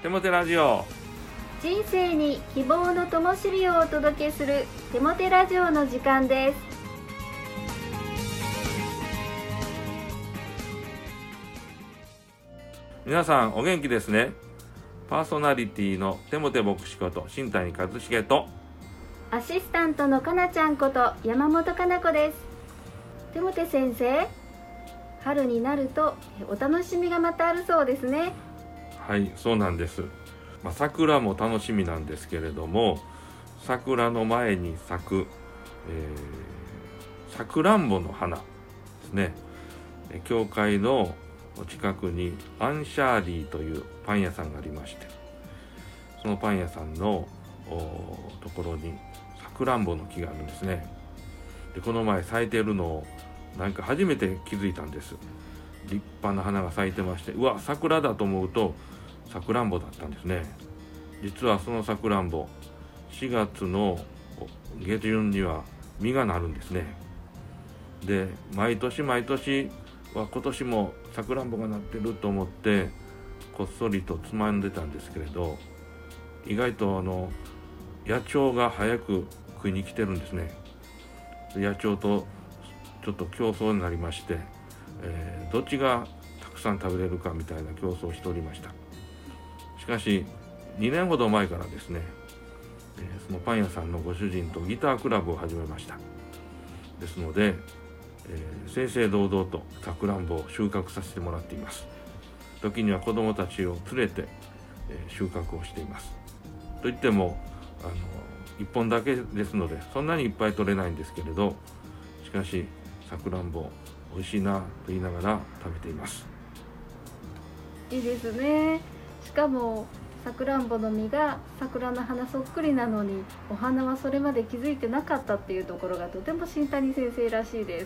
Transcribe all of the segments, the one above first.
テモテラジオ、 人生に希望の灯火をお届けするテモテラジオの時間です。 皆さんお元気ですね。パーソナリティのテモテ牧師こと新谷和重とアシスタントのかなちゃんこと山本かな子です。テモテ先生、春になるとお楽しみがまたあるそうですね。 はい、そうなんです。桜も楽しみなんですけれども、桜の前に咲く、さくらんぼの花ですね。教会の近くにアンシャーリーというパン屋さんがありまして、そのパン屋さんのところにさくらんぼの木があるんですね。で、この前咲いているのをなんか初めて気づいたんです。立派な花が咲いてまして、うわ、桜だと思うとさくらんぼだったんですね。実はそのさくらんぼ、4月の下旬には実がなるんですね。で、毎年今年もさくらんぼがなってると思ってこっそりとつまんでたんですけれど、意外と野鳥が早く食いに来てるんですね。野鳥とちょっと競争になりまして、どっちがたくさん食べれるかみたいな競争をしておりました。しかし2年ほど前からですね、そのパン屋さんのご主人とギタークラブを始めました。ですので、正々堂々とさくらんぼを収穫させてもらっています。時には子どもたちを連れて、収穫をしています。といっても1本だけですのでそんなにいっぱい取れないんですけれど、しかしさくらんぼ美味しいなと言いながら食べています。 いいですね。しかもさくらんぼの実が桜の花そっくりなのに、お花はそれまで気づいてなかったっていうところがとても新谷先生らしいです。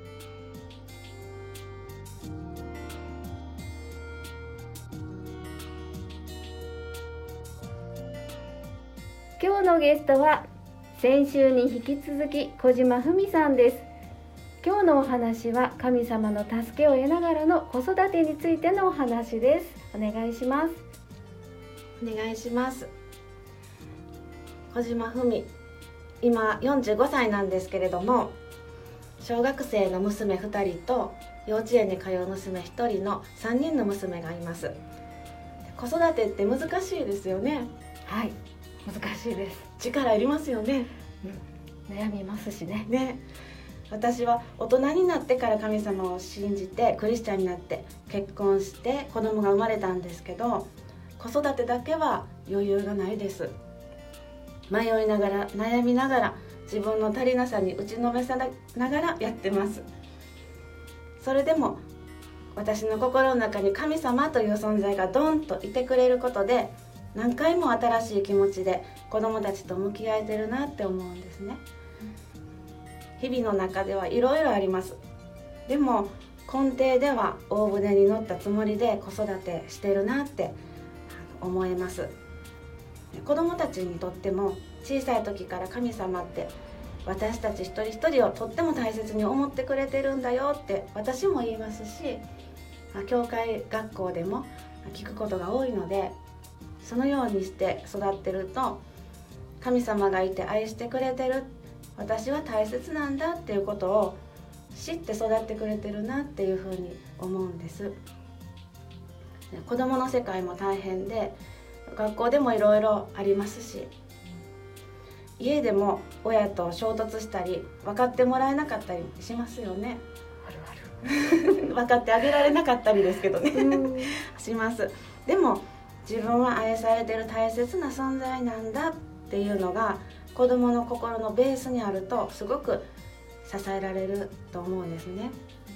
今日のゲストは先週に引き続き小島文さんです。今日のお話は神様の助けを得ながらの子育てについてのお話です。お願いします。 お願いします。小島文、今45歳なんですけれども、小学生の娘2人と幼稚園に通う娘1人の3人の娘がいます。子育てって難しいですよね。 はい、難しいです。 力いりますよね。 悩みますしね。 私は大人になってから神様を信じてクリスチャンになって結婚して子供が生まれたんですけど、子育てだけは余裕がないです。迷いながら悩みながら自分の足りなさに打ちのめさながらやってます。それでも私の心の中に神様という存在がドンといてくれることで、何回も新しい気持ちで子供たちと向き合えてるなって思うんですね。日々の中ではいろいろあります。でも根底では大船に乗ったつもりで子育てしてるなって思います。子供たちにとっても小さい時から神様って私たち一人一人をとっても大切に思ってくれてるんだよって私も言いますし、教会学校でも聞くことが多いので、そのようにして育ってると、神様がいて愛してくれてる、私は大切なんだっていうことを知って育ってくれてるなっていうふうに思うんです。子供の世界も大変で、学校でもいろいろありますし、家でも親と衝突したり分かってもらえなかったりしますよね。分かってあげられなかったりですけどねします。でも自分は愛されてる大切な存在なんだっていうのが子どもの心のベースにあると、すごく支えられると思うんですね。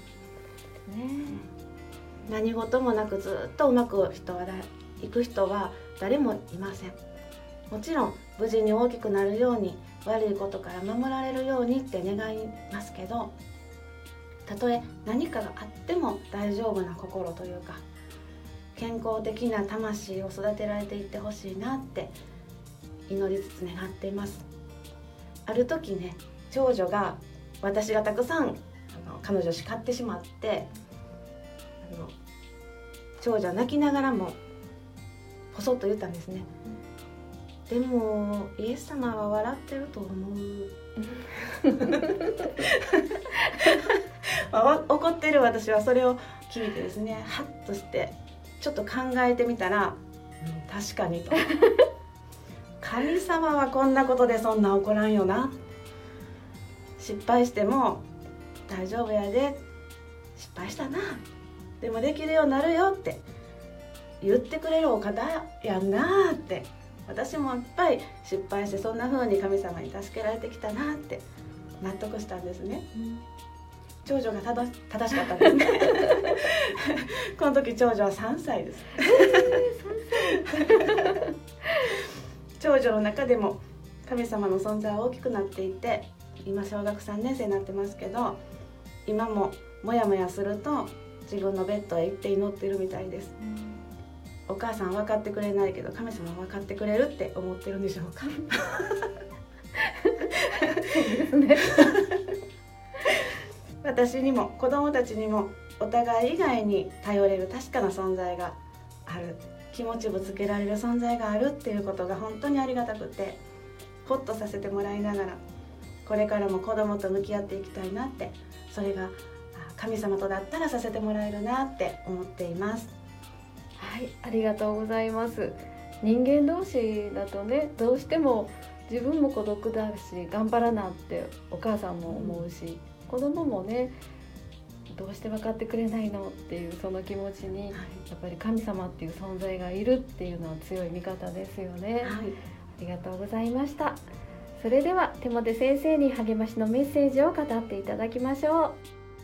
何事もなくずっとうまくいく人は誰もいません。もちろん無事に大きくなるように、悪いことから守られるようにって願いますけど、たとえ何かがあっても大丈夫な心というか、健康的な魂を育てられていってほしいなって祈りつつ願っています。ある時ね、長女が私がたくさん彼女を叱ってしまって、長女は泣きながらもこそっと言ったんですね。でもイエス様は笑ってると思う怒ってる私はそれを聞いてですね、ハッとしてちょっと考えてみたら、確かにと神様はこんなことでそんな怒らんよな、失敗しても大丈夫やで、失敗したな、でもできるようになるよって言ってくれるお方やんなって、私もいっぱい失敗してそんな風に神様に助けられてきたなって納得したんですね。長女が正しかったんですねこの時長女は3歳です、長女の中でも神様の存在は大きくなっていて、今小学3年生になってますけど、今もモヤモヤすると自分のベッドへ行って祈ってるみたいです。お母さん分かってくれないけど神様は分かってくれるって思ってるんでしょうかそうですね私にも子供たちにもお互い以外に頼れる確かな存在がある、気持ちぶつけられる存在があるっていうことが本当にありがたくて、ホッとさせてもらいながらこれからも子供と向き合っていきたいなって、それが神様とだったらさせてもらえるなって思っています。 はい、ありがとうございます。人間同士だとね、どうしても自分も孤独だし頑張らなってお母さんも思うし、子供もね、どうして分かってくれないのっていうその気持ちに、やっぱり神様っていう存在がいるっていうのは強い味方ですよね。ありがとうございました。それではテモテ先生に励ましのメッセージを語っていただきましょう。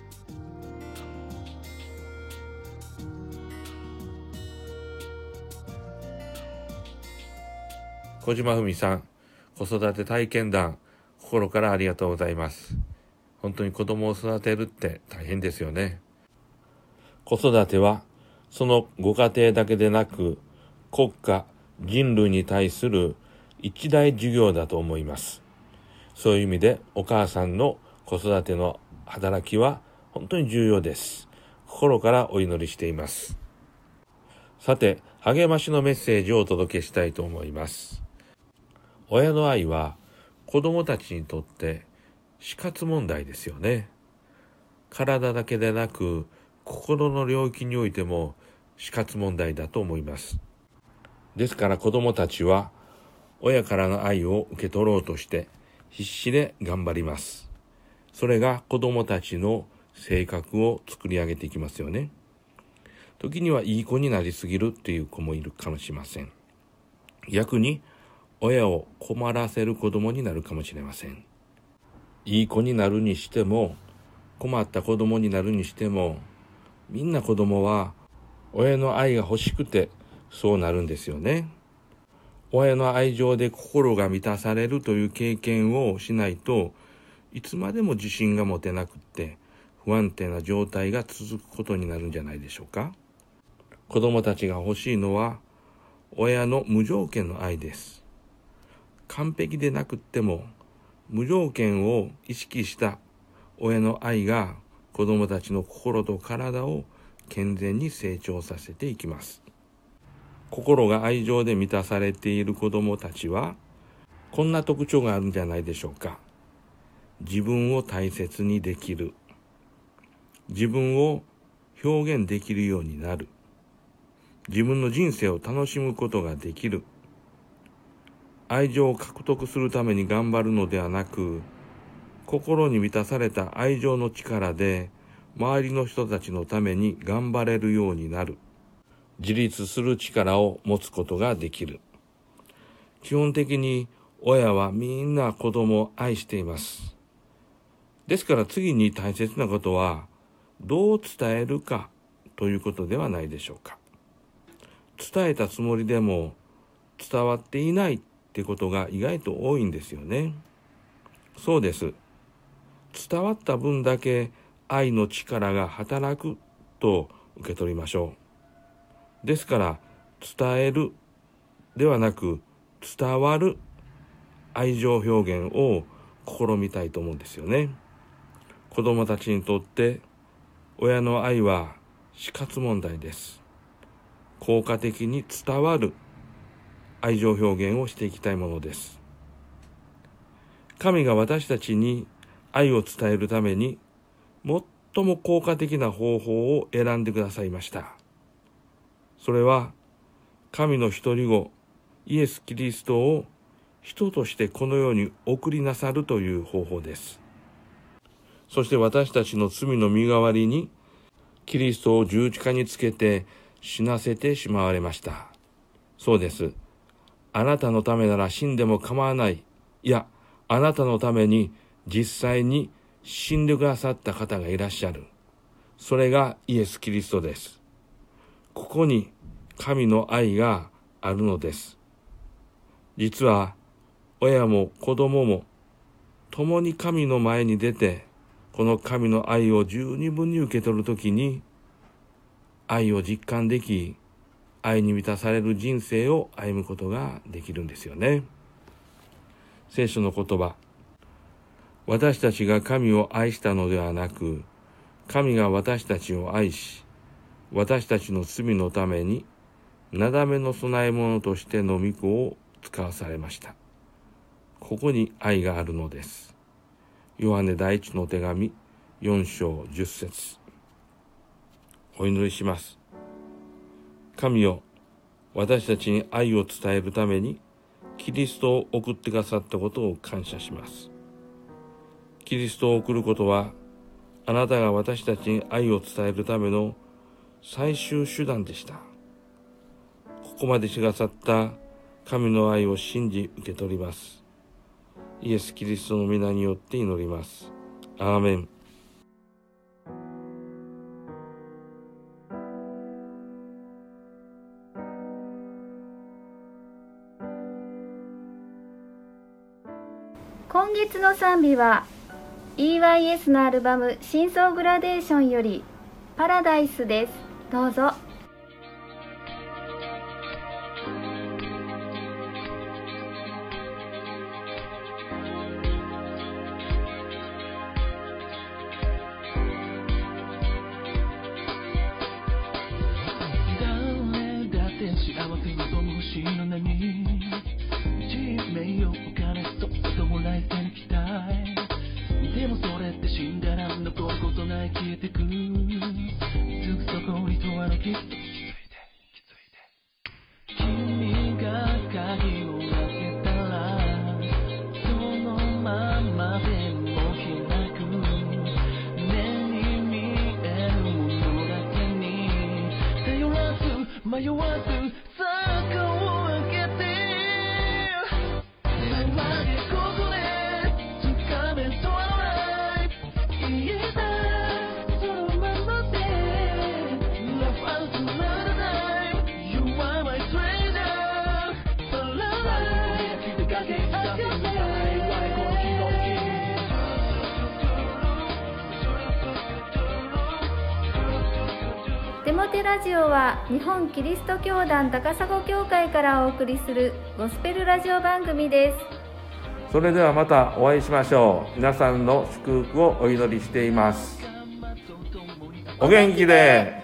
小島文さん、子育て体験談、心からありがとうございます。本当に子供を育てるって大変ですよね。子育てはそのご家庭だけでなく、国家、人類に対する一大事業だと思います。そういう意味でお母さんの子育ての働きは本当に重要です。心からお祈りしています。さて、励ましのメッセージをお届けしたいと思います。親の愛は子供たちにとって死活問題ですよね。体だけでなく心の領域においても死活問題だと思います。ですから子供たちは親からの愛を受け取ろうとして必死で頑張ります。それが子供たちの性格を作り上げていきますよね。時にはいい子になりすぎるっていう子もいるかもしれません。逆に親を困らせる子供になるかもしれません。いい子になるにしても困った子供になるにしても、みんな子供は親の愛が欲しくてそうなるんですよね。親の愛情で心が満たされるという経験をしないといつまでも自信が持てなくって不安定な状態が続くことになるんじゃないでしょうか。子供たちが欲しいのは親の無条件の愛です。完璧でなくっても無条件を意識した親の愛が子供たちの心と体を健全に成長させていきます。心が愛情で満たされている子供たちはこんな特徴があるんじゃないでしょうか。自分を大切にできる、自分を表現できるようになる、自分の人生を楽しむことができる、愛情を獲得するために頑張るのではなく、心に満たされた愛情の力で周りの人たちのために頑張れるようになる、自立する力を持つことができる。基本的に親はみんな子供を愛しています。ですから次に大切なことはどう伝えるかということではないでしょうか。伝えたつもりでも伝わっていないってことが意外と多いんですよね。そうです。伝わった分だけ愛の力が働くと受け取りましょう。ですから伝えるではなく伝わる愛情表現を試みたいと思うんですよね。子供たちにとって親の愛は死活問題です。効果的に伝わる愛情表現をしていきたいものです。神が私たちに愛を伝えるために最も効果的な方法を選んでくださいました。それは神の一人子イエス・キリストを人としてこの世に送りなさるという方法です。そして私たちの罪の身代わりにキリストを十字架につけて死なせてしまわれました。そうです。あなたのためなら死んでも構わない。いや、あなたのために実際に死んでくださった方がいらっしゃる。それがイエス・キリストです。ここに神の愛があるのです。実は親も子供も共に神の前に出て、この神の愛を十二分に受け取るときに、愛を実感でき、愛に満たされる人生を歩むことができるんですよね。聖書の言葉、私たちが神を愛したのではなく、神が私たちを愛し、私たちの罪のために、なだめの供え物としての御子を使わされました。ここに愛があるのです。ヨハネ第一の手紙4章10節。お祈りします。神よ、私たちに愛を伝えるためにキリストを送ってくださったことを感謝します。キリストを送ることは、あなたが私たちに愛を伝えるための最終手段でした。ここまでしてくださった神の愛を信じ受け取ります。イエス・キリストの皆によって祈ります。アーメン。 今月の賛美は EYS のアルバム真相グラデーションよりパラダイスです。どうぞ。 でもそれって死んだら残ることない消えてくすぐそこに永遠のキス君が鍵を開けたらそのままでも開く目に見えるものだけに頼らず迷わず坂を開けて目までここで掴めそうデモテラジオは日本キリスト教団高砂教会からお送りするゴスペルラジオ番組です。 それではまたお会いしましょう。皆さんの祝福をお祈りしています。お元気で。